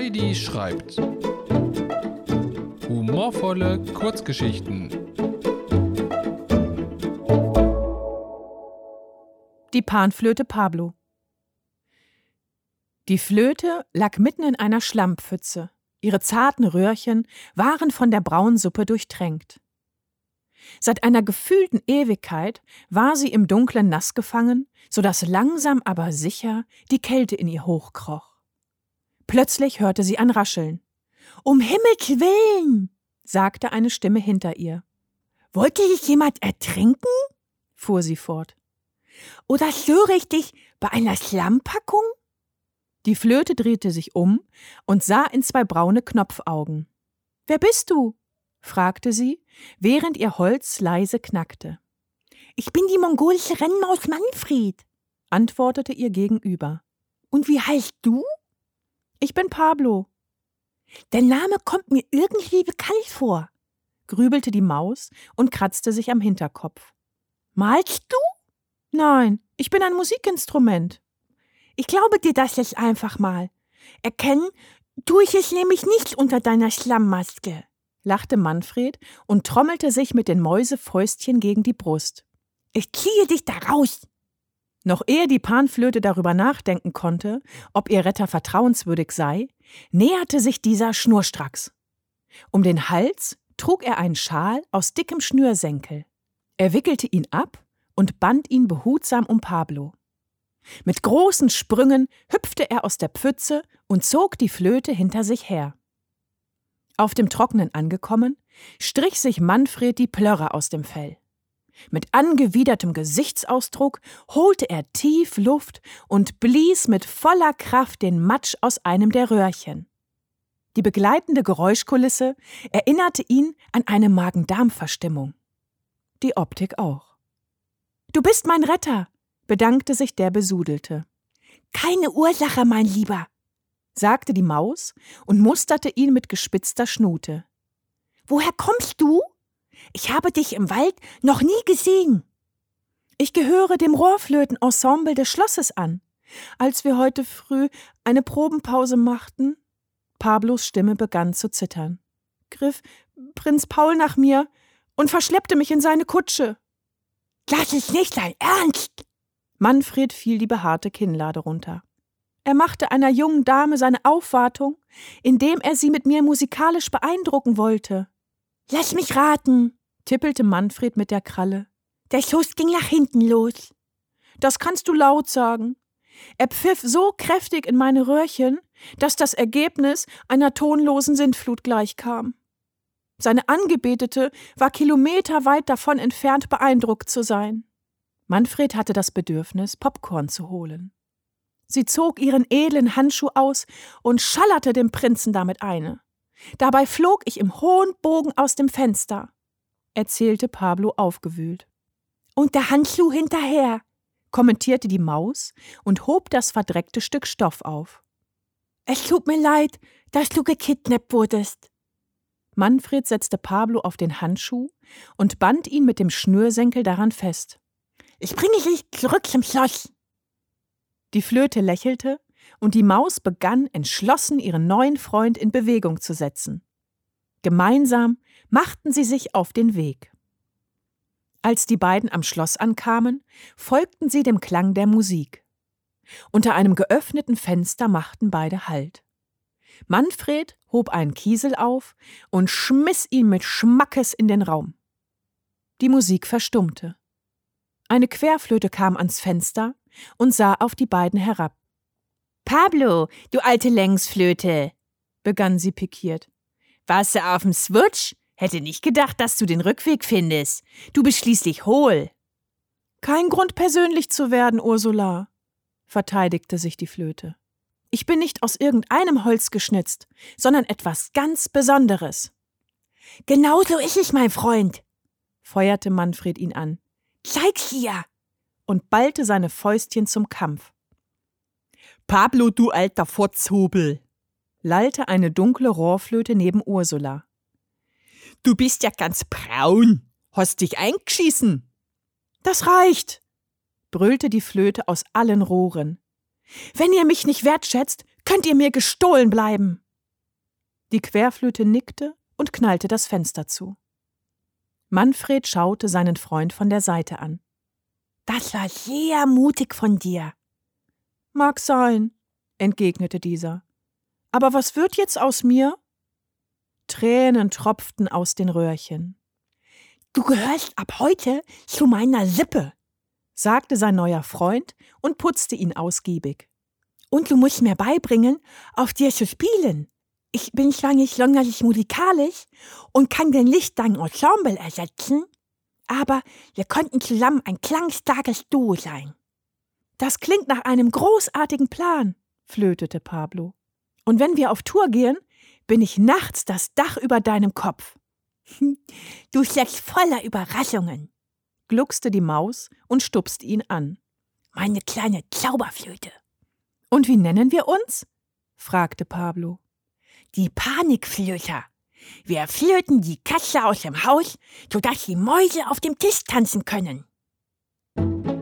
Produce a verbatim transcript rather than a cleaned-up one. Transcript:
Heidi schreibt. Humorvolle Kurzgeschichten. Die Panflöte Pablo. Die Flöte lag mitten in einer Schlammpfütze. Ihre zarten Röhrchen waren von der Braunsuppe durchtränkt. Seit einer gefühlten Ewigkeit war sie im Dunklen nass gefangen, so dass langsam aber sicher die Kälte in ihr hochkroch. Plötzlich hörte sie ein Rascheln. »Um Himmels Willen«, sagte eine Stimme hinter ihr. »Wollte sich jemand ertrinken?« fuhr sie fort. »Oder störe ich dich bei einer Schlammpackung?« Die Flöte drehte sich um und sah in zwei braune Knopfaugen. »Wer bist du?« fragte sie, während ihr Holz leise knackte. »Ich bin die mongolische Rennmaus Manfred«, antwortete ihr Gegenüber. »Und wie heißt du?« »Ich bin Pablo.« »Der Name kommt mir irgendwie bekannt vor«, grübelte die Maus und kratzte sich am Hinterkopf. »Malst du?« »Nein, ich bin ein Musikinstrument.« »Ich glaube dir das jetzt einfach mal. Erkennen tue ich es nämlich nicht unter deiner Schlammmaske«, lachte Manfred und trommelte sich mit den Mäusefäustchen gegen die Brust. »Ich ziehe dich da raus!« Noch ehe die Panflöte darüber nachdenken konnte, ob ihr Retter vertrauenswürdig sei, näherte sich dieser schnurstracks. Um den Hals trug er einen Schal aus dickem Schnürsenkel. Er wickelte ihn ab und band ihn behutsam um Pablo. Mit großen Sprüngen hüpfte er aus der Pfütze und zog die Flöte hinter sich her. Auf dem Trockenen angekommen, strich sich Manfred die Plörre aus dem Fell. Mit angewidertem Gesichtsausdruck holte er tief Luft und blies mit voller Kraft den Matsch aus einem der Röhrchen. Die begleitende Geräuschkulisse erinnerte ihn an eine Magen-Darm-Verstimmung. Die Optik auch. »Du bist mein Retter«, bedankte sich der Besudelte. »Keine Ursache, mein Lieber«, sagte die Maus und musterte ihn mit gespitzter Schnute. »Woher kommst du? Ich habe dich im Wald noch nie gesehen.« »Ich gehöre dem Rohrflötenensemble des Schlosses an. Als wir heute früh eine Probenpause machten«, Pablos Stimme begann zu zittern, »griff Prinz Paul nach mir und verschleppte mich in seine Kutsche.« »Das ist nicht dein Ernst!« Manfred fiel die behaarte Kinnlade runter. Er machte einer jungen Dame seine Aufwartung, indem er sie mit mir musikalisch beeindrucken wollte. »Lass mich raten«, tippelte Manfred mit der Kralle. »Der Schuss ging nach hinten los.« »Das kannst du laut sagen.« Er pfiff so kräftig in meine Röhrchen, dass das Ergebnis einer tonlosen Sintflut gleichkam. Seine Angebetete war kilometerweit davon entfernt, beeindruckt zu sein. Manfred hatte das Bedürfnis, Popcorn zu holen. Sie zog ihren edlen Handschuh aus und schallerte dem Prinzen damit eine. Dabei flog ich im hohen Bogen aus dem Fenster, erzählte Pablo aufgewühlt. »Und der Handschuh hinterher«, kommentierte die Maus und hob das verdreckte Stück Stoff auf. »Es tut mir leid, dass du gekidnappt wurdest.« Manfred setzte Pablo auf den Handschuh und band ihn mit dem Schnürsenkel daran fest. »Ich bringe dich zurück zum Schloss.« Die Flöte lächelte und die Maus begann entschlossen, ihren neuen Freund in Bewegung zu setzen. Gemeinsam machten sie sich auf den Weg. Als die beiden am Schloss ankamen, folgten sie dem Klang der Musik. Unter einem geöffneten Fenster machten beide Halt. Manfred hob einen Kiesel auf und schmiss ihn mit Schmackes in den Raum. Die Musik verstummte. Eine Querflöte kam ans Fenster und sah auf die beiden herab. »Pablo, du alte Längsflöte«, begann sie pikiert. »Warst du auf'm Swutsch? Hätte nicht gedacht, dass du den Rückweg findest. Du bist schließlich hohl.« »Kein Grund, persönlich zu werden, Ursula«, verteidigte sich die Flöte. »Ich bin nicht aus irgendeinem Holz geschnitzt, sondern etwas ganz Besonderes.« »Genau so ist es, mein Freund«, feuerte Manfred ihn an. »Zeig's dir!« und ballte seine Fäustchen zum Kampf. »Pablo, du alter Fotzhobel«, lallte eine dunkle Rohrflöte neben Ursula. »Du bist ja ganz braun, hast dich eingeschießen.« »Das reicht«, brüllte die Flöte aus allen Rohren. »Wenn ihr mich nicht wertschätzt, könnt ihr mir gestohlen bleiben.« Die Querflöte nickte und knallte das Fenster zu. Manfred schaute seinen Freund von der Seite an. »Das war sehr mutig von dir.« »Mag sein«, entgegnete dieser. »Aber was wird jetzt aus mir?« Tränen tropften aus den Röhrchen. »Du gehörst ab heute zu meiner Sippe«, sagte sein neuer Freund und putzte ihn ausgiebig. »Und du musst mir beibringen, auf dir zu spielen. Ich bin zwar nicht sonderlich musikalisch und kann den Licht dein Ensemble ersetzen, aber wir könnten zusammen ein klangstarkes Duo sein.« »Das klingt nach einem großartigen Plan«, flötete Pablo. »Und wenn wir auf Tour gehen, bin ich nachts das Dach über deinem Kopf.« »Du steckst voller Überraschungen«, gluckste die Maus und stupste ihn an. »Meine kleine Zauberflöte.« »Und wie nennen wir uns?« fragte Pablo. »Die Panikflöter. Wir flöten die Katze aus dem Haus, sodass die Mäuse auf dem Tisch tanzen können.«